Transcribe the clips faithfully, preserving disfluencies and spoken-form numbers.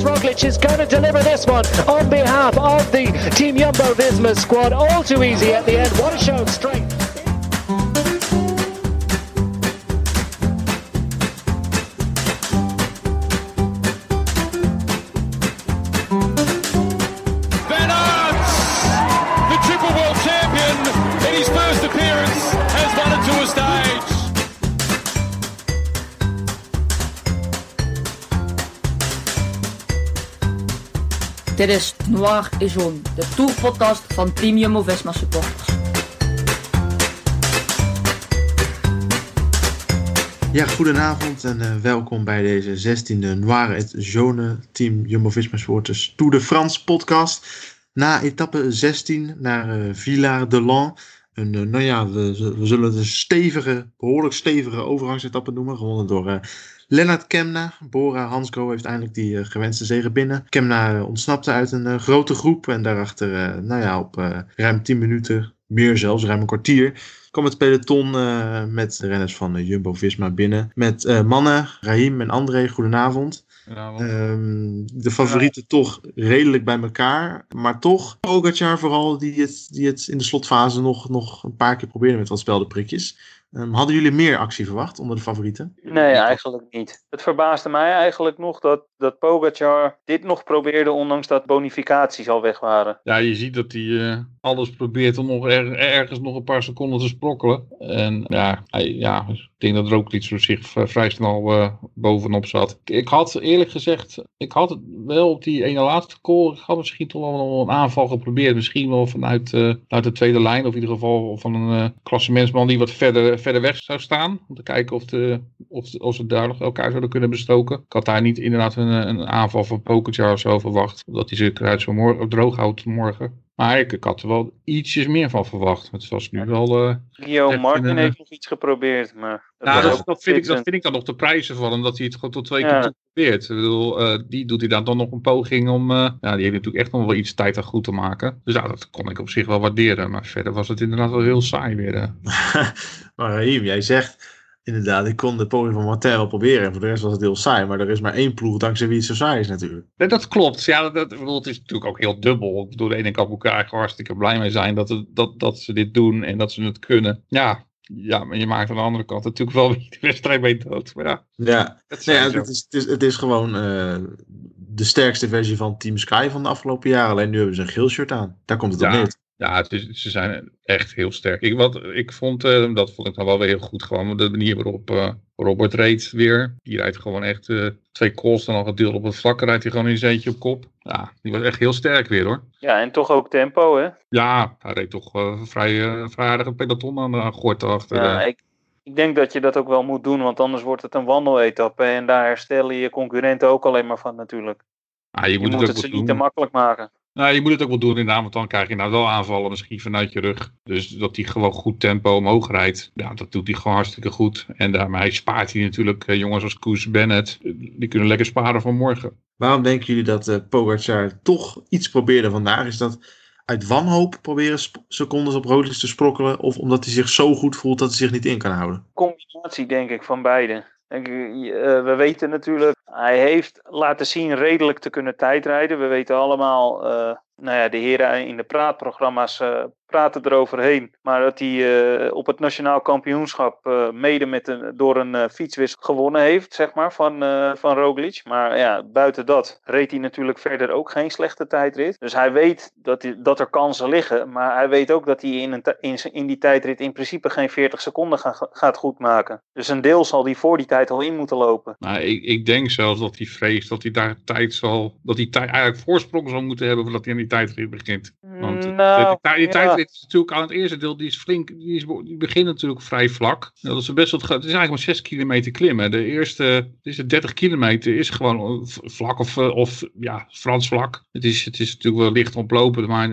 Roglic is going to deliver this one on behalf of the Team Jumbo-Visma squad. All too easy at the end. What a show of strength. Dit is Noir et Jaune, de tourpodcast van Team Jumbo-Visma supporters. Ja, goedenavond en uh, welkom bij deze zestiende Noir et Jaune Team Jumbo-Visma supporters Tour de France podcast. Na etappe zestien naar uh, Villard-de-Lans. Een, uh, nou ja, we, we zullen het een stevige, behoorlijk stevige overgangsetappe noemen, gewonnen door... Uh, Lennart Kemna, Bora Hansgrohe heeft eindelijk die uh, gewenste zege binnen. Kemna uh, ontsnapte uit een uh, grote groep en daarachter, uh, nou ja, op uh, ruim tien minuten, meer zelfs, ruim een kwartier, kwam het peloton uh, met de renners van uh, Jumbo-Visma binnen. Met uh, mannen, Rahim en André, goedenavond. Um, de favorieten ja. Toch redelijk bij elkaar, maar toch Pogačar vooral die het, die het in de slotfase nog, nog een paar keer probeerde met wat speldenprikjes. Um, hadden jullie meer actie verwacht onder de favorieten? Nee, eigenlijk niet. Het verbaasde mij eigenlijk nog dat, dat Pogačar dit nog probeerde, ondanks dat bonificaties al weg waren. Ja, je ziet dat hij uh, alles probeert om nog er, ergens nog een paar seconden te sprokkelen. En ja, hij, ja ik denk dat er ook iets voor zich vrij snel uh, bovenop zat. Ik had eerlijk gezegd, ik had het wel op die ene laatste call, ik had misschien toch wel een aanval geprobeerd. Misschien wel vanuit, uh, vanuit de tweede lijn, of in ieder geval van een uh, klassementsman die wat verder, verder weg zou staan. Om te kijken of, de, of, of ze daar nog elkaar zouden kunnen bestoken. Ik had daar niet inderdaad een, een aanval van Pogačar of zo verwacht. Dat hij zijn kruid zo mor- droog houdt morgen. Maar ik, ik had er wel ietsjes meer van verwacht. Het was nu wel... Uh, Guillaume Martin een, heeft nog iets geprobeerd. Maar dat, nou, dat, dat, vind ik, dat vind ik dan nog de prijzen van hem. Dat hij het gewoon tot twee ja. keer probeert. Ik bedoel, uh, die doet hij dan, dan nog een poging om... Uh, ja, die heeft natuurlijk echt nog wel iets tijd aan goed te maken. Dus ja, dat kon ik op zich wel waarderen. Maar verder was het inderdaad wel heel saai weer. Uh. Maar Rahim, jij zegt... Inderdaad, ik kon de poging van Martin wel proberen. En voor de rest was het heel saai. Maar er is maar één ploeg dankzij wie het zo saai is natuurlijk. Nee, dat klopt. Ja, dat, dat, het is natuurlijk ook heel dubbel. Ik bedoel, de ene kant moet ik eigenlijk hartstikke blij mee zijn dat, het, dat, dat ze dit doen en dat ze het kunnen. Ja, ja, maar je maakt aan de andere kant natuurlijk wel weer de wedstrijd mee dood. Maar ja, ja. Nee, ja het, is, het, is, het is gewoon uh, de sterkste versie van Team Sky van de afgelopen jaren. Alleen nu hebben ze een geel shirt aan. Daar komt het ja. op neer. Ja, het is, ze zijn echt heel sterk. Ik, wat, ik vond, uh, dat vond ik dan wel weer heel goed. Gewoon de manier waarop uh, Robert reed weer. Die rijdt gewoon echt uh, twee calls dan al gedeeld op het vlak. Rijdt hij gewoon in zijn eentje op kop. Ja, die was echt heel sterk weer hoor. Ja, en toch ook tempo hè? Ja, hij reed toch uh, vrij, uh, vrij aardig een peloton aan de gort achter. Ja, uh. ik, ik denk dat je dat ook wel moet doen. Want anders wordt het een wandeletappe. En daar herstellen je concurrenten ook alleen maar van natuurlijk. Ah, je, je moet moet het, het ze doen. niet te makkelijk maken. Nou, je moet het ook wel doen inderdaad, want dan krijg je nou wel aanvallen misschien vanuit je rug. Dus dat hij gewoon goed tempo omhoog rijdt, ja, dat doet hij gewoon hartstikke goed. En daarmee spaart hij natuurlijk uh, jongens als Koes Bennett, die kunnen lekker sparen van morgen. Waarom denken jullie dat uh, Pogačar toch iets probeerde vandaag? Is dat uit wanhoop proberen sp- secondes op Roglic te sprokkelen? Of omdat hij zich zo goed voelt dat hij zich niet in kan houden? Combinatie denk ik van beide. Denk, uh, we weten natuurlijk, hij heeft laten zien redelijk te kunnen tijdrijden. We weten allemaal, uh, nou ja, de heren in de praatprogramma's uh, praten eroverheen. Maar dat hij uh, op het nationaal kampioenschap uh, mede met een, door een uh, fietswissel gewonnen heeft, zeg maar, van, uh, van Roglic. Maar ja, buiten dat reed hij natuurlijk verder ook geen slechte tijdrit. Dus hij weet dat, hij, dat er kansen liggen. Maar hij weet ook dat hij in, een, in, in die tijdrit in principe geen veertig seconden ga, gaat goedmaken. Dus een deel zal hij voor die tijd al in moeten lopen. Nou, ik, ik denk zelfs dat hij vreest dat hij daar tijd zal, dat hij tijd, eigenlijk voorsprong zal moeten hebben voordat hij aan die tijdrit begint. Want nou, die, die, die ja. tijdrit is natuurlijk aan het eerste deel, die is flink, die, is, die begint natuurlijk vrij vlak. Dat is best wel, het is eigenlijk maar zes kilometer klimmen. De eerste, is de dertig kilometer is gewoon vlak of, of ja, Frans vlak. Het is, het is natuurlijk wel licht oplopend, maar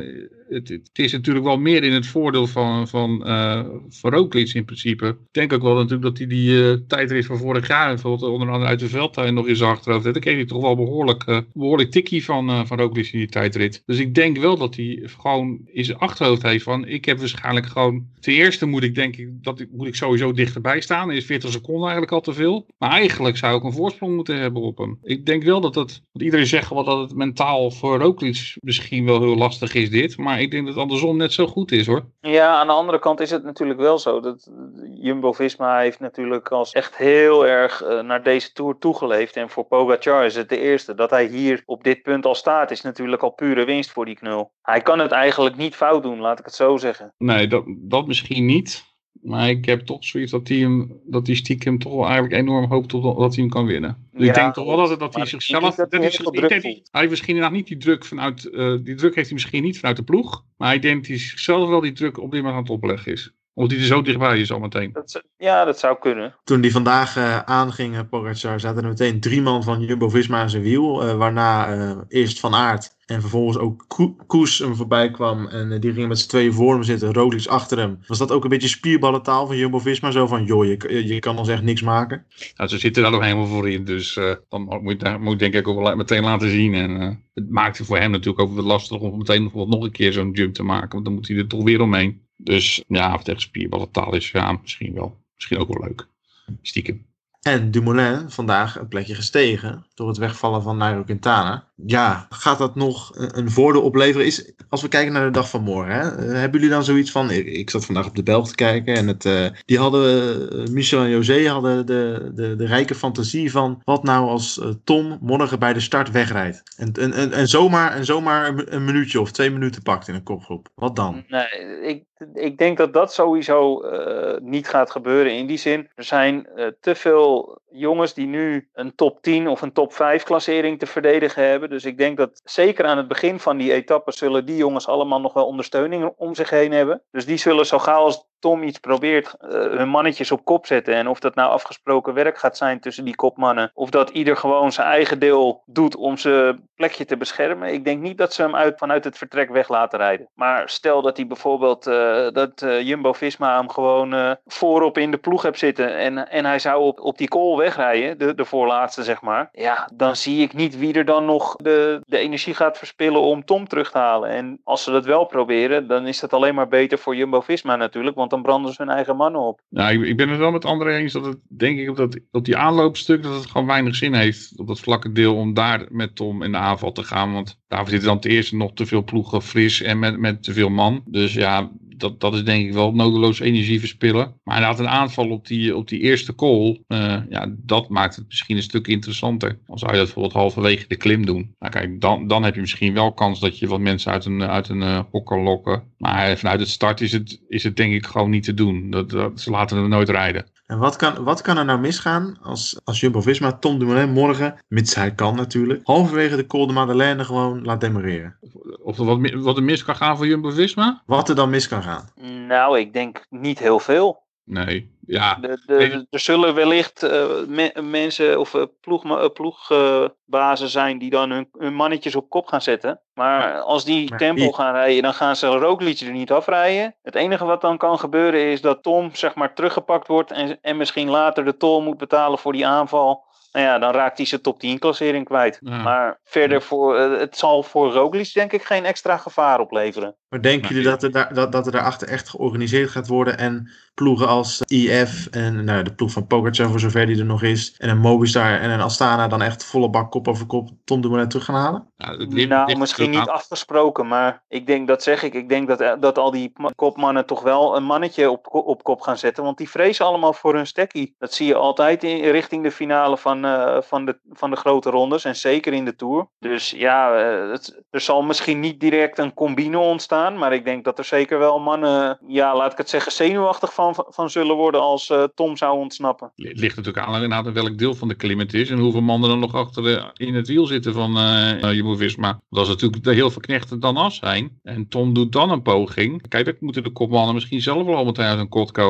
het, het is natuurlijk wel meer in het voordeel van, van, uh, van Roglic in principe. Ik denk ook wel natuurlijk dat hij die uh, tijdrit van vorig jaar, bijvoorbeeld onder andere uit de veldtuin nog in zijn achterhoofd heeft. Dan kreeg hij toch wel behoorlijk, uh, behoorlijk tikkie van, uh, van Roglic in die tijdrit. Dus ik denk wel dat hij gewoon in zijn achterhoofd heeft van, ik heb waarschijnlijk gewoon, ten eerste moet ik denk ik, dat ik, moet ik sowieso dichterbij staan. Er is veertig seconden eigenlijk al te veel. Maar eigenlijk zou ik een voorsprong moeten hebben op hem. Ik denk wel dat het, want iedereen zegt wel dat het mentaal voor Roglic misschien wel heel lastig is dit. Maar ik denk dat het andersom net zo goed is hoor. Ja, aan de andere kant is het natuurlijk wel zo. Dat Jumbo-Visma heeft natuurlijk als echt heel erg uh, naar deze Tour toegeleefd. En voor Pogacar is het de eerste. Dat hij hier op dit punt al staat is natuurlijk al pure winst voor die knul. Hij kan het eigenlijk niet fout doen, laat ik het zo zeggen. Nee, dat, dat misschien niet. Maar ik heb toch zoiets dat hij hem, dat hij stiekem toch wel eigenlijk enorm hoopt op dat hij hem kan winnen. Dus ja, ik denk toch wel dat, dat hij zichzelf... Dat hij, zich, ik denk, hij heeft misschien nog niet die druk vanuit... Uh, die druk heeft hij misschien niet vanuit de ploeg. Maar ik denk dat hij zichzelf wel die druk op dit moment aan het opleggen is. Of die er zo dichtbij is al meteen. Dat, ja, dat zou kunnen. Toen die vandaag uh, aanging, uh, Pogacar, zaten er meteen drie man van Jumbo-Visma aan zijn wiel. Uh, waarna uh, eerst Van Aert en vervolgens ook Ko- Koes hem voorbij kwam. En uh, die gingen met z'n tweeën voor hem zitten, Roglic achter hem. Was dat ook een beetje spierballentaal van Jumbo-Visma? Zo van, joh, je, je kan ons echt niks maken. Nou, ze zitten daar nog helemaal voor in. Dus uh, dan moet je, moet je denk ik ook wel meteen laten zien. En uh, het maakt het voor hem natuurlijk ook wel lastig om meteen nog, nog een keer zo'n jump te maken. Want dan moet hij er toch weer omheen. Dus ja, of het echt spierballentaal is, ja, misschien wel. Misschien ook wel leuk. Stiekem. En Dumoulin vandaag een plekje gestegen door het wegvallen van Nairo Quintana. Ja, gaat dat nog een voordeel opleveren? Is, als we kijken naar de dag van morgen, hè, hebben jullie dan zoiets van... Ik, ik zat vandaag op de Belg te kijken en het, uh, die hadden, uh, Michel en José hadden de, de, de rijke fantasie van... Wat nou als uh, Tom morgen bij de start wegrijdt? En, en, en, en zomaar, en zomaar een, een minuutje of twee minuten pakt in een kopgroep. Wat dan? Nee, ik, ik denk dat dat sowieso uh, niet gaat gebeuren in die zin. Er zijn uh, te veel jongens die nu een top tien of een top vijf klassering te verdedigen hebben. Dus ik denk dat zeker aan het begin van die etappe zullen die jongens allemaal nog wel ondersteuning om zich heen hebben. Dus die zullen zo gauw als Tom iets probeert uh, hun mannetjes op kop zetten. En of dat nou afgesproken werk gaat zijn tussen die kopmannen. Of dat ieder gewoon zijn eigen deel doet om zijn plekje te beschermen. Ik denk niet dat ze hem uit, vanuit het vertrek weg laten rijden. Maar stel dat hij bijvoorbeeld uh, dat uh, Jumbo-Visma hem gewoon uh, voorop in de ploeg hebt zitten. En, en hij zou op, op die call wegrijden. De, de voorlaatste zeg maar. Ja, dan zie ik niet wie er dan nog de, de energie gaat verspillen om Tom terug te halen. En als ze dat wel proberen, dan is dat alleen maar beter voor Jumbo-Visma natuurlijk. Want dan branden ze hun eigen mannen op. Nou, ik, ik ben het wel met André eens dat het, denk ik, op, dat, op die aanloopstuk, dat het gewoon weinig zin heeft, op dat vlakke deel, om daar met Tom in de aanval te gaan. Want daar zitten dan ten eerste nog te veel ploegen fris en met, met te veel man. Dus ja, dat, dat is denk ik wel nodeloos energie verspillen. Maar inderdaad een aanval op die, op die eerste call, uh, ja, dat maakt het misschien een stuk interessanter. Dan zou je dat bijvoorbeeld halverwege de klim doen. Nou kijk, dan, dan heb je misschien wel kans dat je wat mensen uit een, uit een uh, hok kan lokken. Maar vanuit het start is het, is het denk ik gewoon niet te doen. Dat, dat, ze laten hem nooit rijden. En wat kan, wat kan er nou misgaan als, als Jumbo-Visma Tom Dumoulin morgen, mits hij kan natuurlijk, halverwege de Col de Madeleine gewoon laat demareren? Of er wat, wat er mis kan gaan voor Jumbo-Visma? Wat er dan mis kan gaan? Nou, ik denk niet heel veel. Nee, ja. De, de, er zullen wellicht uh, me, mensen of uh, ploegbazen ploeg, uh, zijn die dan hun, hun mannetjes op kop gaan zetten. Maar als die maar tempo die... gaan rijden, dan gaan ze Roglic er niet afrijden. Het enige wat dan kan gebeuren is dat Tom zeg maar teruggepakt wordt en, en misschien later de tol moet betalen voor die aanval. Nou ja, dan raakt hij zijn top tien klassering kwijt. Ja. Maar verder, voor, uh, het zal voor Roglic denk ik geen extra gevaar opleveren. Maar denken jullie dat er, daar, dat, dat er daarachter echt georganiseerd gaat worden en ploegen als I F en nou, de ploeg van Pogacar voor zover die er nog is en een Movistar en een Astana dan echt volle bak kop over kop Tom Dumoulin terug gaan halen? Ja, ligt, nou, ligt misschien niet aan. Afgesproken, maar ik denk, dat zeg ik, ik denk dat, dat al die kopmannen toch wel een mannetje op, op kop gaan zetten, want die vrezen allemaal voor hun stekkie. Dat zie je altijd in richting de finale van, uh, van, de, van de grote rondes en zeker in de Tour. Dus ja, uh, het, er zal misschien niet direct een combine ontstaan, maar ik denk dat er zeker wel mannen, ja, laat ik het zeggen, zenuwachtig van, van zullen worden als uh, Tom zou ontsnappen. Het ligt natuurlijk aan inderdaad welk deel van de klim het is en hoeveel mannen er nog achter de, in het wiel zitten van uh, Jumbo-Visma. Dat is natuurlijk heel veel knechten dan af zijn. En Tom doet dan een poging. Kijk, dan moeten de kopmannen misschien zelf wel al meteen uit hun kot komen.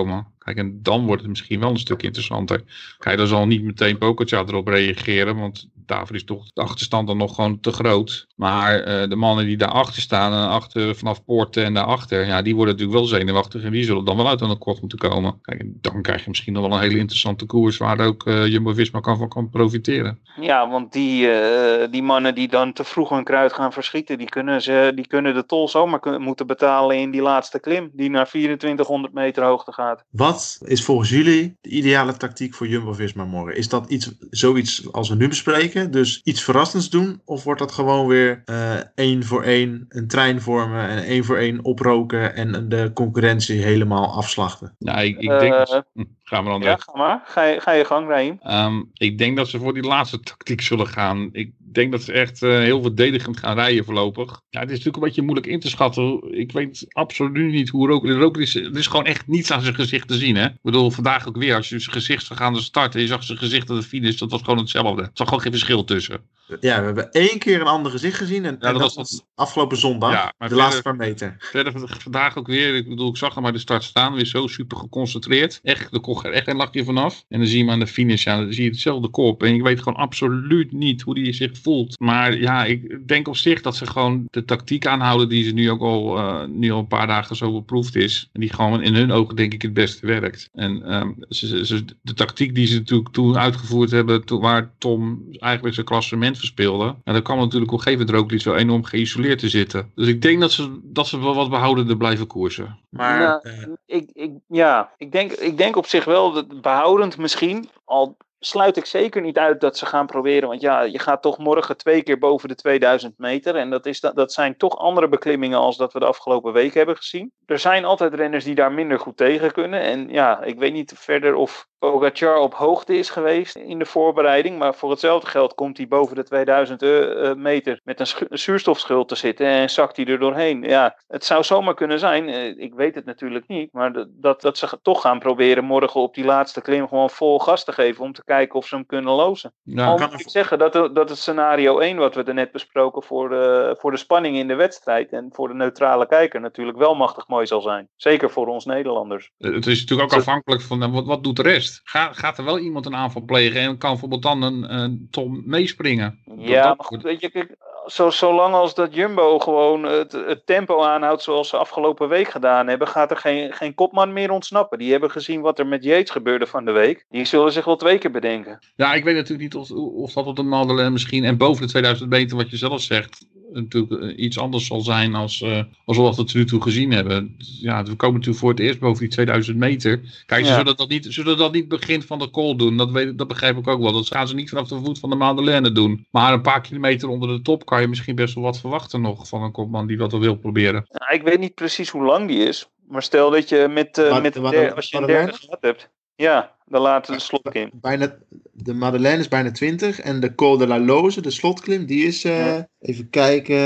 Kijk, en dan wordt het misschien wel een stuk interessanter. Kijk, dan zal niet meteen Pogačar erop reageren, want daarvoor is toch de achterstand dan nog gewoon te groot. Maar uh, de mannen die daarachter staan, en achter, vanaf Poorten en daarachter, ja, die worden natuurlijk wel zenuwachtig en die zullen dan wel uit een akkoord moeten komen. Kijk, en dan krijg je misschien nog wel een hele interessante koers waar ook uh, Jumbo-Visma kan van kan profiteren. Ja, want die, uh, die mannen die dan te vroeg hun kruid gaan verschieten, die kunnen, ze, die kunnen de tol zomaar kunnen, moeten betalen in die laatste klim, die naar vierentwintighonderd meter hoogte gaat. Wat is volgens jullie de ideale tactiek voor Jumbo-Visma morgen? Is dat iets, zoiets als we nu bespreken, dus iets verrassends doen? Of wordt dat gewoon weer uh, één voor één een trein vormen en één voor één oproken en de concurrentie helemaal afslachten? Nou, ik, ik denk... Uh, dat, hm, gaan we dan ja, ga maar. Ga je, ga je gang, Raim. Um, ik denk dat ze voor die laatste tactiek zullen gaan. Ik denk dat ze echt uh, heel verdedigend gaan rijden voorlopig. Ja, het is natuurlijk een beetje moeilijk in te schatten. Ik weet absoluut niet hoe Roglic... Roglic is. Er is gewoon echt niets aan zijn gezicht te zien, hè. Ik bedoel, vandaag ook weer. Als je zijn gezichtsvergaande start en je zag zijn gezicht aan de finish, dat was gewoon hetzelfde. Er zag gewoon geen verschil tussen. Ja, we hebben één keer een ander gezicht gezien. En, ja, en dat, dat was dat... afgelopen zondag. Ja, de verder, laatste paar meter. Verder vandaag ook weer. Ik bedoel, ik zag hem bij de start staan. Weer zo super geconcentreerd. Echt, er kon er echt een lachje vanaf. En dan zie je hem aan de finish. Ja, dan zie je hetzelfde kop. En ik weet gewoon absoluut niet hoe hij zich voelt. Maar ja, ik denk op zich dat ze gewoon de tactiek aanhouden die ze nu ook al, uh, nu al een paar dagen zo beproefd is. En die gewoon in hun ogen denk ik het beste werkt. En um, ze, ze, de tactiek die ze natuurlijk toen uitgevoerd hebben, toen, waar Tom eigenlijk zijn klassement verspeelde. En dan kwam natuurlijk op een gegeven moment ook iets wel enorm geïsoleerd te zitten. Dus ik denk dat ze, dat ze wel wat behoudender blijven koersen. Maar ja, uh, ik, ik, ja, ik, denk, ik denk op zich wel dat behoudend misschien, al sluit ik zeker niet uit dat ze gaan proberen. Want ja, je gaat toch morgen twee keer boven de tweeduizend meter. En dat, is, dat, dat zijn toch andere beklimmingen als dat we de afgelopen week hebben gezien. Er zijn altijd renners die daar minder goed tegen kunnen. En ja, ik weet niet verder of Pogačar op hoogte is geweest in de voorbereiding. Maar voor hetzelfde geld komt hij boven de tweeduizend uh, meter met een, sch- een zuurstofschuld te zitten. En zakt hij er doorheen. Ja, het zou zomaar kunnen zijn. Uh, ik weet het natuurlijk niet. Maar d- dat, dat ze toch gaan proberen morgen op die laatste klim gewoon vol gas te geven. Om te kijken of ze hem kunnen lozen. Ja, Al moet ik zeggen dat, de, dat het scenario één wat we er net besproken voor de, voor de spanning in de wedstrijd. En voor de neutrale kijker natuurlijk wel machtig mooi zal zijn. Zeker voor ons Nederlanders. Het is natuurlijk ook afhankelijk van wat, wat doet de rest. Gaat, gaat er wel iemand een aanval plegen en kan bijvoorbeeld dan een, een Tom meespringen? Ja, dat, maar goed, weet je, kijk, zo, zolang als dat Jumbo gewoon het, het tempo aanhoudt zoals ze afgelopen week gedaan hebben, gaat er geen, geen kopman meer ontsnappen. Die hebben gezien wat er met Yates gebeurde van de week. Die zullen zich wel twee keer bedenken. Ja, ik weet natuurlijk niet of, of dat op de Madeleine misschien en boven de tweeduizend meter wat je zelf zegt natuurlijk iets anders zal zijn als, uh, als wat we tot nu toe gezien hebben. Ja, we komen natuurlijk voor het eerst boven die tweeduizend meter. Kijk, ze ja. zullen, dat niet, zullen dat niet begin van de call doen. Dat, weet, dat begrijp ik ook wel. Dat gaan ze niet vanaf de voet van de Madeleine doen. Maar een paar kilometer onder de top kan je misschien best wel wat verwachten nog van een kopman die dat wel wil proberen. Ja, ik weet niet precies hoe lang die is. Maar stel dat je met, uh, met de der, als je een derde gehad hebt. Ja, dan laten we de slotklim. Bijna, de Madeleine is bijna twintig en de Col de la Loze, de slotklim, die is, uh, ja. even kijken,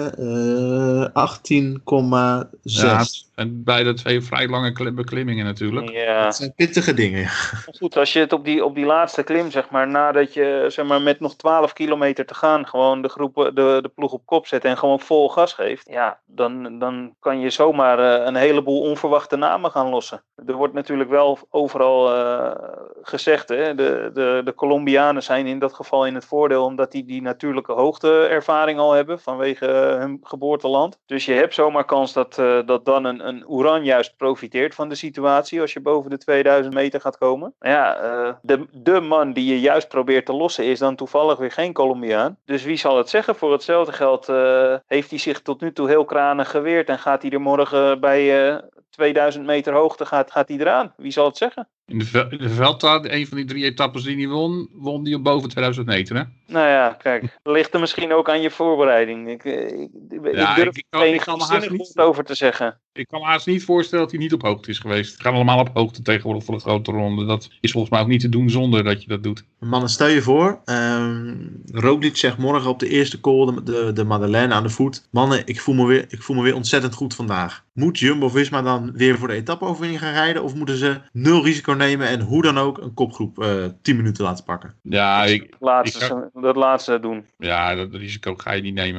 uh, achttien komma zes. Ja, en beide twee vrij lange beklimmingen natuurlijk. Ja. Dat zijn pittige dingen, ja. Goed, als je het op die, op die laatste klim, zeg maar, nadat je zeg maar, met nog twaalf kilometer te gaan, gewoon de, groep, de, de ploeg op kop zet en gewoon vol gas geeft, ja, dan, dan kan je zomaar uh, een heleboel onverwachte namen gaan lossen. Er wordt natuurlijk wel overal uh, gezegd, hè, de, de, de Colombianen zijn in dat geval in het voordeel, omdat die die natuurlijke hoogteervaring al hebben vanwege uh, hun geboorteland. Dus je hebt zomaar kans dat, uh, dat dan een, een Uran juist profiteert van de situatie als je boven de tweeduizend meter gaat komen. Maar ja, uh, de, de man die je juist probeert te lossen is dan toevallig weer geen Colombiaan. Dus wie zal het zeggen? Voor hetzelfde geld uh, heeft hij zich tot nu toe heel kranig geweerd en gaat hij er morgen bij uh, tweeduizend meter hoogte gaat, gaat hij eraan. Wie zal het zeggen? In de, in de Vuelta, een van die drie etappes die hij won, won die op boven tweeduizend meter, hè? Nou ja, kijk, ligt er misschien ook aan je voorbereiding. Ik, ik, ja, ik durf ik, ik kan, geen ik kan haast niet over te zeggen. Ik kan me haast niet voorstellen dat hij niet op hoogte is geweest. We gaan allemaal op hoogte tegenwoordig voor de grote ronde. Dat is volgens mij ook niet te doen zonder dat je dat doet. Mannen, stel je voor, um, Roglic zegt morgen op de eerste call de, de, de Madeleine aan de voet. Mannen, ik voel, me weer, ik voel me weer ontzettend goed vandaag. Moet Jumbo-Visma dan weer voor de etappe-overwinning gaan rijden? Of moeten ze nul risico nemen en hoe dan ook een kopgroep uh, tien minuten laten pakken? Ja, ik, laatste, ik ga, dat laatste doen. Ja, dat risico ga je niet nemen.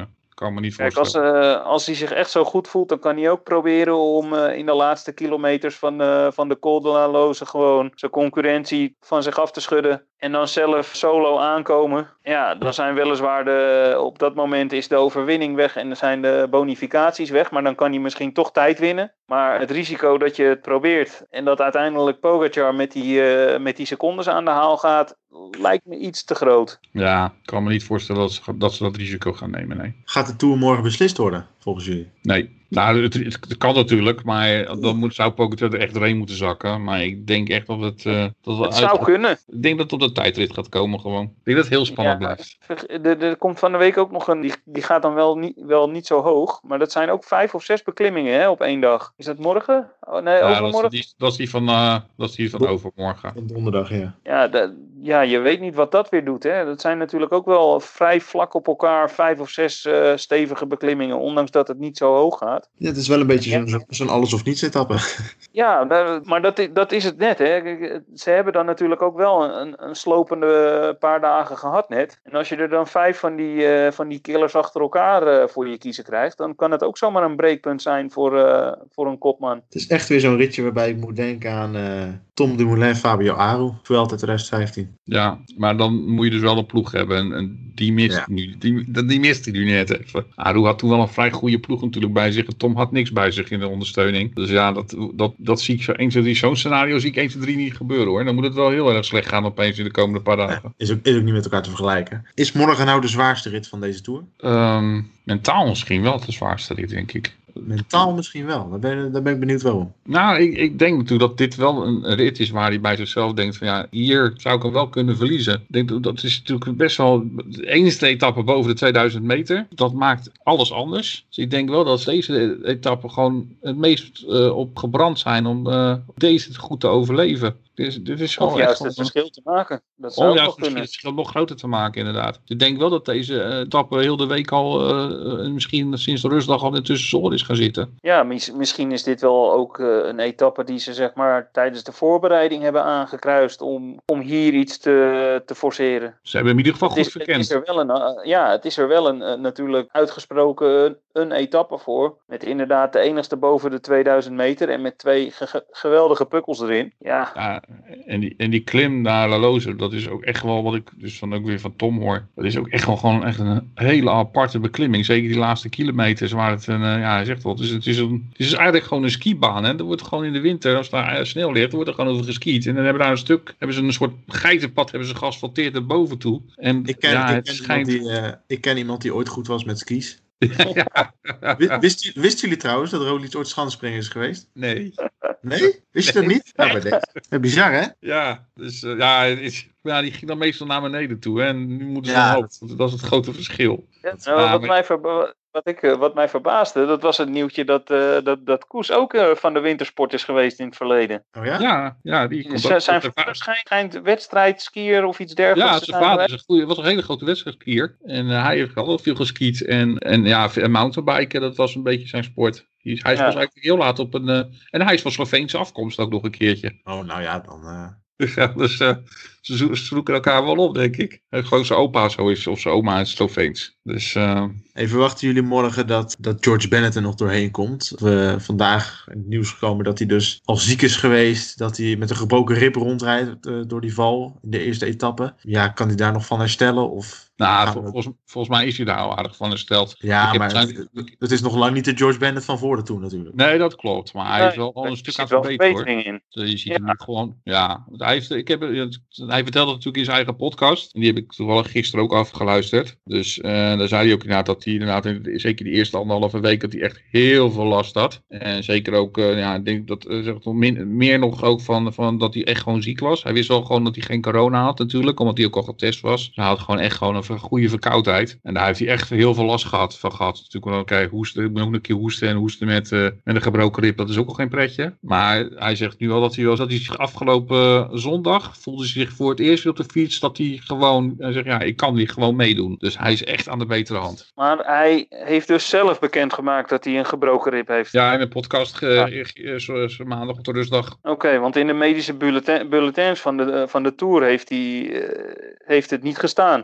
kan me niet Kijk, voorstellen. als, uh, als hij zich echt zo goed voelt, dan kan hij ook proberen om uh, in de laatste kilometers van, uh, van de Col de la Loze gewoon zijn concurrentie van zich af te schudden. En dan zelf solo aankomen. Ja, dan zijn weliswaar de, op dat moment is de overwinning weg en dan zijn de bonificaties weg. Maar dan kan hij misschien toch tijd winnen. Maar het risico dat je het probeert en dat uiteindelijk Pogacar met die, uh, met die secondes aan de haal gaat, lijkt me iets te groot. Ja, ik kan me niet voorstellen dat ze dat, ze dat risico gaan nemen, nee. Gaat de Tour morgen beslist worden, volgens jullie? Nee. Nou, het, het kan natuurlijk, maar dan moet, zou Pogacar er echt doorheen moeten zakken. Maar ik denk echt dat het... Uh, dat het zou uit... kunnen. Ik denk dat het op de tijdrit gaat komen gewoon. Ik denk dat het heel spannend ja, blijft. Er, er komt van de week ook nog een... Die, die gaat dan wel niet, wel niet zo hoog. Maar dat zijn ook vijf of zes beklimmingen hè, op één dag. Is dat morgen? Oh, nee, ja, overmorgen? Dat is die, dat is die van, uh, dat is die van overmorgen. Donderdag, ja. Ja, de, ja, je weet niet wat dat weer doet. Hè. Dat zijn natuurlijk ook wel vrij vlak op elkaar vijf of zes uh, stevige beklimmingen. Ondanks dat het niet zo hoog gaat. Ja, het is wel een beetje zo'n zo, zo'n alles of niets etappe. Ja, maar dat, dat is het net. Hè. Ze hebben dan natuurlijk ook wel een, een slopende paar dagen gehad net. En als je er dan vijf van die, uh, van die killers achter elkaar uh, voor je kiezen krijgt, dan kan het ook zomaar een breekpunt zijn voor, uh, voor een kopman. Het is echt weer zo'n ritje waarbij ik moet denken aan uh, Tom Dumoulin, Fabio Aru, Vuelta twintig vijftien. Ja, maar dan moet je dus wel een ploeg hebben. En, en die mist ja. nu, die, die mist hij nu net even. Aru had toen wel een vrij goede ploeg natuurlijk bij zich. En Tom had niks bij zich in de ondersteuning. Dus ja, dat, dat, dat zie ik zo eens en drie. Zo'n scenario zie ik eens en drie niet gebeuren hoor. Dan moet het wel heel erg slecht gaan opeens in de komende paar dagen. Ja, is, ook, is ook niet met elkaar te vergelijken. Is morgen nou de zwaarste rit van deze Tour? Um, mentaal misschien wel de zwaarste rit, denk ik. Mentaal misschien wel. Daar ben, daar ben ik benieuwd waarom. Nou, ik, ik denk natuurlijk dat dit wel een rit is waar hij bij zichzelf denkt van ja, hier zou ik hem wel kunnen verliezen. Ik denk dat, dat is natuurlijk best wel de enige etappe boven de tweeduizend meter. Dat maakt alles anders. Dus ik denk wel dat deze etappe gewoon het meest uh, op gebrand zijn om uh, deze goed te overleven. Dit, dit is of juist het verschil te maken. Dat zou oh, ook juist nog kunnen. Het verschil nog groter te maken inderdaad. Ik denk wel dat deze uh, etappe heel de week al uh, misschien sinds de rustdag al in de tussenzon is gaan zitten. Ja, mis, misschien is dit wel ook uh, een etappe die ze zeg maar tijdens de voorbereiding hebben aangekruist om, om hier iets te, te forceren. Ze hebben hem in ieder geval het goed is, verkend. Het is er wel een, uh, ja, het is er wel een uh, natuurlijk uitgesproken een, een etappe voor. Met inderdaad de enigste boven de tweeduizend meter en met twee ge- geweldige pukkels erin. Ja. ja en, die, en die klim naar La Loze, dat is ook echt wel wat ik dus van, ook weer van Tom hoor. Dat is ook echt wel gewoon echt een hele aparte beklimming. Zeker die laatste kilometers waar het een, uh, ja hij zegt wel, het is, het, is een, het is eigenlijk gewoon een skibaan. Hè. Er wordt gewoon in de winter, als daar sneeuw ligt, dan wordt er gewoon over geskiet. En dan hebben daar een stuk, hebben ze een soort geitenpad, hebben ze geasfalteerd naar boven toe. En ik ken, ja, ik, het ken schijnt... die, uh, ik ken iemand die ooit goed was met skis. Ja. Wist, wist jullie trouwens dat Roglic ooit schanspringer is geweest? Nee. Nee? Wist je dat niet? Nou, bij deze. Bizar, hè? Ja, dus uh, ja, is, ja, die ging dan meestal naar beneden toe. Hè? En nu moeten ze ja, dan op. Dat is het grote verschil. Ja, nou, ja, wat, maar... mij verba- wat, ik, wat mij verbaasde, dat was het nieuwtje dat, uh, dat, dat Koes ook uh, van de wintersport is geweest in het verleden. Oh ja? Ja, ja die komt Z- ook. Zijn vader schijnt wedstrijdskier of iets dergelijks. Ja, zijn vader is een goeie, was een hele grote wedstrijdskier. En uh, hij heeft al veel geskiet. En, en ja, mountainbiken, dat was een beetje zijn sport. Hij is ja. eigenlijk heel laat op een... Uh, en hij is van Sloveense afkomst ook nog een keertje. Oh, nou ja, dan... Uh... Dus, ja, dus uh, ze, zo- ze zoeken elkaar wel op, denk ik. Uh, gewoon zijn opa zo is, of zijn oma is Sloveens. Dus... Uh... Hey, verwachten jullie morgen dat, dat George Bennett er nog doorheen komt? We vandaag in het nieuws gekomen dat hij dus al ziek is geweest. Dat hij met een gebroken rib rondrijdt uh, door die val in de eerste etappe. Ja, kan hij daar nog van herstellen? Of... Nou, vol, volgens, volgens mij is hij daar al aardig van hersteld. Ja, maar zijn... het, het is nog lang niet de George Bennett van voor de toen natuurlijk. Nee, dat klopt. Maar hij nee, is wel al een stuk aan het wel verbeteren hoor. in. Dus je ziet ja. hem nu gewoon, ja. Hij, heeft, ik heb, hij vertelde het natuurlijk in zijn eigen podcast. En die heb ik toevallig gisteren ook afgeluisterd. Dus uh, daar zei hij ook inderdaad dat hij inderdaad, zeker de eerste anderhalve week, dat hij echt heel veel last had. En zeker ook, uh, ja, ik denk dat, uh, zeg het, min, meer nog ook van, van dat hij echt gewoon ziek was. Hij wist wel gewoon dat hij geen corona had natuurlijk, omdat hij ook al getest was. Dus hij had gewoon echt gewoon een goede verkoudheid. En daar heeft hij echt heel veel last gehad, van gehad. Natuurlijk wel, oké, hoesten, ik ben ook een keer hoesten en hoesten met, uh, met een gebroken rib, dat is ook al geen pretje. Maar hij zegt nu wel dat hij wel, dat hij zich afgelopen zondag voelde zich voor het eerst weer op de fiets, dat hij gewoon, hij zegt ja, ik kan weer gewoon meedoen. Dus hij is echt aan de betere hand. Maar hij heeft dus zelf bekendgemaakt dat hij een gebroken rib heeft. Ja, in een podcast uh, ja. zo, zo maandag op de rustdag. Oké, okay, want in de medische bulletin, bulletins van de, van de Tour heeft, hij, uh, heeft het niet gestaan. Nee, hij,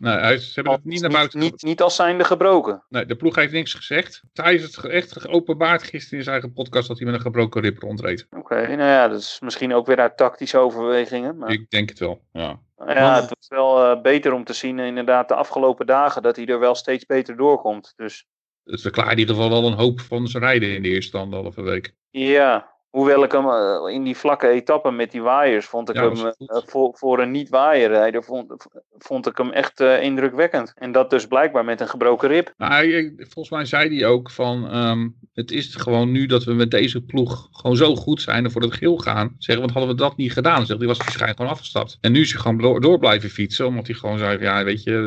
ze hebben het niet naar niet, buiten niet, niet als zijnde gebroken. Nee, de ploeg heeft niks gezegd. Thijs heeft het echt geopenbaard gisteren in zijn eigen podcast dat hij met een gebroken rib rondreed. Oké, okay, nou ja, dat is misschien ook weer uit tactische overwegingen. Maar... Ik denk het wel, ja. Ja, het was wel uh, beter om te zien inderdaad de afgelopen dagen dat hij er wel steeds beter doorkomt. Dus het verklaart in ieder geval wel een hoop van zijn rijden in de eerste anderhalve week. Ja, hoewel ik hem uh, in die vlakke etappen met die waaiers vond ik Ja, hem uh, voor, voor een niet-waaierrijder vond, vond ik hem echt uh, indrukwekkend. En dat dus blijkbaar met een gebroken rib. Nou, hij, volgens mij zei hij ook van um, het is gewoon nu dat we met deze ploeg gewoon zo goed zijn en voor het geel gaan. Zeggen, want hadden we dat niet gedaan, zegt hij, was hij waarschijnlijk gewoon afgestapt. En nu is hij gewoon door, door blijven fietsen, omdat hij gewoon zei, ja weet je,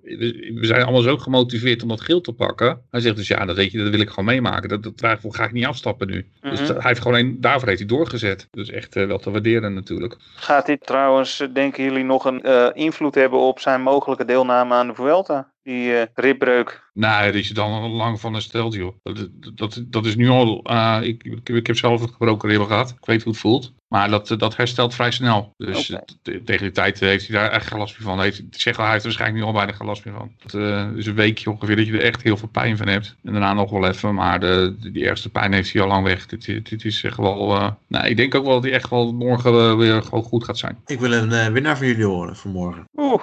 we zijn allemaal zo gemotiveerd om dat geel te pakken. Hij zegt dus ja, dat weet je, dat wil ik gewoon meemaken. Dat, dat, daarvoor ga ik niet afstappen nu. Mm-hmm. Dus hij heeft gewoon een, daarvoor heeft hij doorgezet. Dus echt uh, wel te waarderen natuurlijk. Gaat dit trouwens, denken jullie, nog een uh, invloed hebben op zijn mogelijke deelname aan de Vuelta? Die uh, ribbreuk. Nee, die is dan al lang van hersteld, joh. Dat, dat, dat is nu al... Uh, ik, ik, ik heb zelf een gebroken ribben gehad. Ik weet hoe het voelt. Maar dat, dat herstelt vrij snel. Dus okay. t- tegen die tijd heeft hij daar echt geen last meer van. Heeft, ik zeg al, hij heeft er waarschijnlijk nu al bijna geen last meer van. Het uh, is een weekje ongeveer dat je er echt heel veel pijn van hebt. En daarna nog wel even. Maar de, de, die ergste pijn heeft hij al lang weg. Dit, dit, dit is echt wel... Uh, nou, ik denk ook wel dat hij echt wel morgen uh, weer gewoon goed gaat zijn. Ik wil een uh, winnaar van jullie horen voor morgen. Oeh.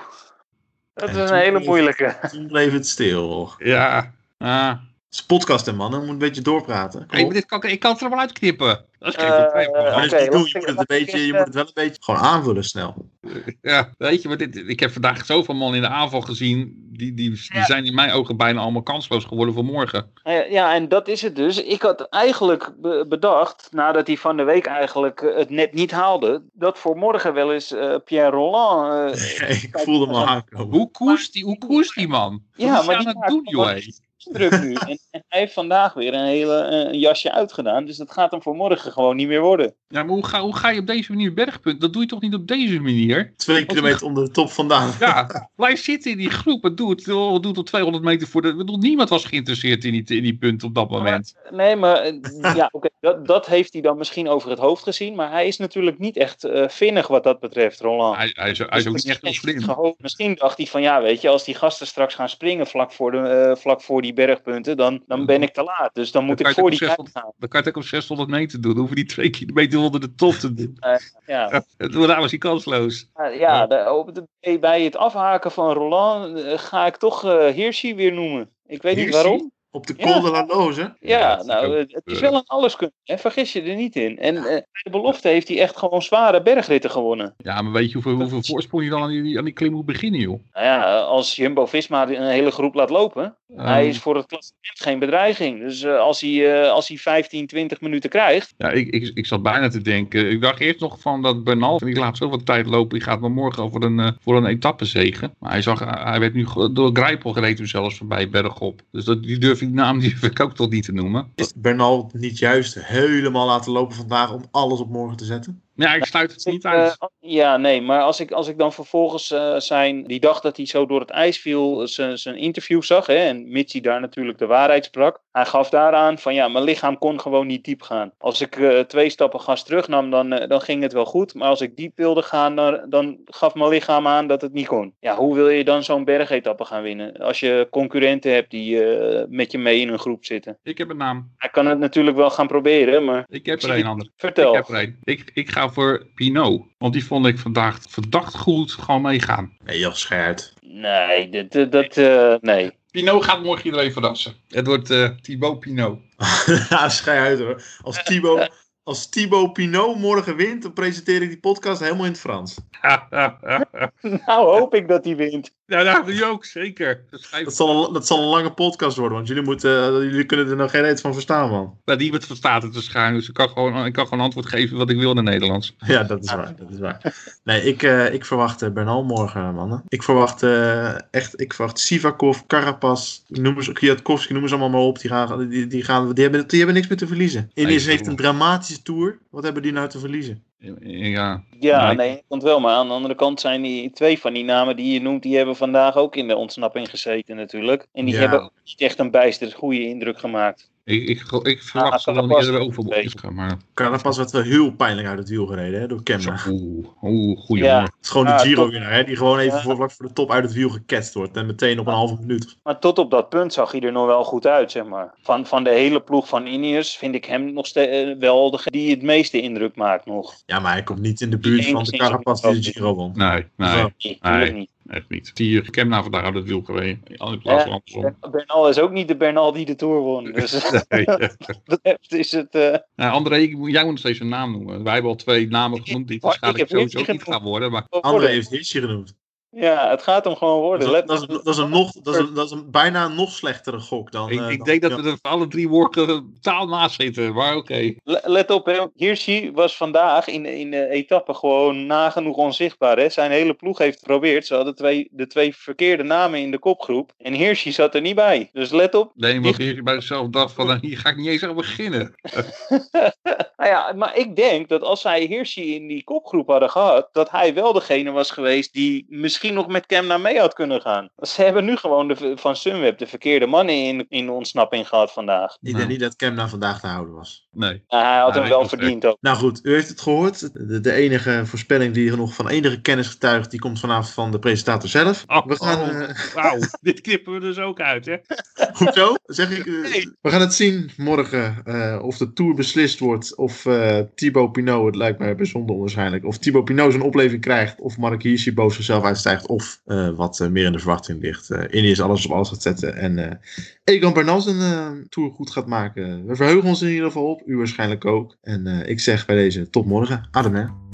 Dat en is een hele moeilijke. Toen bleef het stil. Ja. Ah. Het is podcast, hè, man. Dan moet een beetje doorpraten. Hey, dit kan, ik kan het er wel uitknippen. Dat is geen uh, probleem. Uh, maar okay, je, moet het een beetje, je moet het wel een beetje gewoon aanvullen snel. Ja, weet je, maar dit, ik heb vandaag zoveel man in de aanval gezien. Die, die, die ja. zijn in mijn ogen bijna allemaal kansloos geworden voor morgen. Ja, en dat is het dus. Ik had eigenlijk bedacht, nadat hij van de week eigenlijk het net niet haalde, dat voor morgen wel eens uh, Pierre Rolland... Uh, ja, ik voelde me aankomen. Hoe koest die, hoe koest die man? Ja, Wat maar is die aan het doen, joh. Druk nu. En, en hij heeft vandaag weer een hele uh, jasje uitgedaan. Dus dat gaat hem voor morgen gewoon niet meer worden. Ja, maar hoe ga, hoe ga je op deze manier bergpunt? Dat doe je toch niet op deze manier? Twee kilometer onder de top vandaan. Ja, blijf zitten in die groep. Het doet, het doet tot tweehonderd meter voor de... Bedoel, niemand was geïnteresseerd in die, in die punt op dat moment. Maar, nee, maar ja, okay, dat, dat heeft hij dan misschien over het hoofd gezien. Maar hij is natuurlijk niet echt uh, vinnig wat dat betreft, Roland. Hij, hij is, hij is ook niet echt heel slim. Gehoopt. Misschien dacht hij van ja, weet je, als die gasten straks gaan springen vlak voor, de, uh, vlak voor die bergpunten, dan, dan ben ik te laat. Dus dan moet dan ik voor die tijd gaan. Dan kan je het ook op zeshonderd meter doen. Dan hoeven die twee kilometer onder de top te doen. Uh, ja. Daarna was hij kansloos. Uh, ja, de, op de, bij het afhaken van Roland uh, ga ik toch uh, Hirschi weer noemen. Ik weet Hirschi? niet waarom. Op de Col de la Loze? Ja, ja, nou, het is wel een alleskunde, hè? Vergis je er niet in. En uh, bij de belofte heeft hij echt gewoon zware bergritten gewonnen. Ja, maar weet je hoeveel, hoeveel voorsprong je dan aan die, aan die klim moet beginnen, joh? Nou ja, als Jumbo-Visma een hele groep laat lopen, um. hij is voor het klassement geen bedreiging. Dus uh, als, hij, uh, als hij vijftien, twintig minuten krijgt... Ja, ik, ik, ik zat bijna te denken. Ik dacht eerst nog van dat Bernal, die laat zoveel tijd lopen, die gaat maar morgen over een, uh, voor een etappezege. Maar hij, zag, hij werd nu door Greipel gereden zelfs voorbij bergop. Dus dat, die durf ik naam die durf ik ook toch niet te noemen. Is Bernal niet juist helemaal laten lopen vandaag om alles op morgen te zetten? Ja, ik sluit het niet uit. Uh, ja, nee, maar als ik, als ik dan vervolgens uh, zijn, die dag dat hij zo door het ijs viel, zijn interview zag, hè, en Mitchie daar natuurlijk de waarheid sprak, hij gaf daaraan van ja, mijn lichaam kon gewoon niet diep gaan. Als ik uh, twee stappen gas terugnam, dan, uh, dan ging het wel goed, maar als ik diep wilde gaan, dan, dan gaf mijn lichaam aan dat het niet kon. Ja, hoe wil je dan zo'n bergetappe gaan winnen? Als je concurrenten hebt die uh, met je mee in een groep zitten. Ik heb een naam. Hij kan het natuurlijk wel gaan proberen, maar... Ik heb er een ander. Vertel. Ik heb er een. Ik, ik ga voor Pinot. Want die vond ik vandaag verdacht goed gewoon meegaan. Nee, joh, scherp. Nee, dat... dat, dat uh, nee. Pinot gaat morgen iedereen verrassen. Het wordt uh, Thibaut Pinot. Ja, schei uit hoor. Als Thibaut, als Thibaut Pinot morgen wint, dan presenteer ik die podcast helemaal in het Frans. Nou, hoop ik dat hij wint. Ja, dat doe je ook, zeker. Dat zal, een, dat zal een lange podcast worden, want jullie, moeten, uh, jullie kunnen er nog geen reet van verstaan, man. Nou, die het verstaat het waarschijnlijk, dus ik kan, gewoon, ik kan gewoon antwoord geven wat ik wil in het Nederlands. Ja, dat is waar, dat is waar. Nee, ik, uh, ik verwacht uh, Bernal morgen, mannen. Ik verwacht uh, echt, ik verwacht Sivakov, Carapaz, noem ze, Kwiatkowski, noem ze allemaal maar op. Die, gaan, die, die, gaan, die, hebben, die hebben niks meer te verliezen. Ineens heeft een dramatische tour. Wat hebben die nou te verliezen? Ja, ja nee, nee, komt wel. Maar aan de andere kant zijn die twee van die namen die je noemt, die hebben vandaag ook in de ontsnapping gezeten natuurlijk. En die ja. hebben ook niet echt een bijster goede indruk gemaakt. Ik, ik, ik verwacht Ah, ze dan Carapaz eerder over. een Maar... Carapaz werd wel heel pijnlijk uit het wiel gereden hè, door Kemna. Oeh, oeh, goeie Ja. jongen. Het is gewoon de Ja, Giro-winnaar, hè, die gewoon even Ja. voor, vlak voor de top uit het wiel geketst wordt. En meteen op een halve minuut. Maar tot op dat punt zag hij er nog wel goed uit, zeg maar. Van, van de hele ploeg van Ineos vind ik hem nog steeds uh, wel degene die het meeste indruk maakt nog. Ja, maar hij komt niet in de buurt van de Carapaz die de Giro won. Nee, nee, Zo. Nee, natuurlijk Nee. niet. echt niet. Zie je Kemna vandaag uit het wiel gereden. In plaats van andersom. Bernal is ook niet de Bernal die de Tour won. Dus Nee, ja. wat betreft is het... Uh... Nou, André, jij moet nog steeds een naam noemen. Wij hebben al twee namen genoemd die Maar waarschijnlijk ik heb sowieso Hirschi niet gaan worden. Maar... André heeft Hirschi genoemd. Ja, het gaat hem gewoon worden. Dat, Let... dat, is, dat, is een nog, dat, is een, dat is een bijna nog slechtere gok dan... Ik, uh, ik dan, denk dat ja. we er alle drie woorden taal naast zitten, maar oké. Okay. Let op, hè. Hirschi was vandaag in, in de etappe gewoon nagenoeg onzichtbaar. Hè. Zijn hele ploeg heeft geprobeerd. Ze hadden twee, de twee verkeerde namen in de kopgroep. En Hirschi zat er niet bij. Dus let op. Nee, maar die... bij zichzelf dacht van, hier ga ik niet eens aan beginnen. Nou ja, maar ik denk dat als zij Hirschi in die kopgroep hadden gehad, dat hij wel degene was geweest die misschien nog met Kemna mee had kunnen gaan. Ze hebben nu gewoon de, van Sunweb de verkeerde mannen in, in de ontsnapping gehad vandaag. Ik denk niet dat Kemna vandaag te houden was. Nee. Nou, hij had Ja, hem wel ik verdiend ook. Nou goed, u heeft het gehoord. De, de enige voorspelling die er nog van enige kennis getuigt, die komt vanavond van de presentator zelf. Oh, We gaan... oh, Uh... Wauw, dit knippen we dus ook uit, hè? Hoezo? Zeg ik... Uh... Nee. We gaan het zien morgen uh, of de Tour beslist wordt, of uh, Thibaut Pinot, het lijkt mij bijzonder onwaarschijnlijk, of Thibaut Pinot zijn opleving krijgt, of Mark Hirschi boven zichzelf uitstijgt, of uh, wat uh, meer in de verwachting ligt. Uh, Ineos alles op alles gaat zetten en uh, Egan Bernal zijn uh, Tour goed gaat maken. We verheugen ons in ieder geval op, u waarschijnlijk ook. En uh, ik zeg bij deze tot morgen. Adem hè.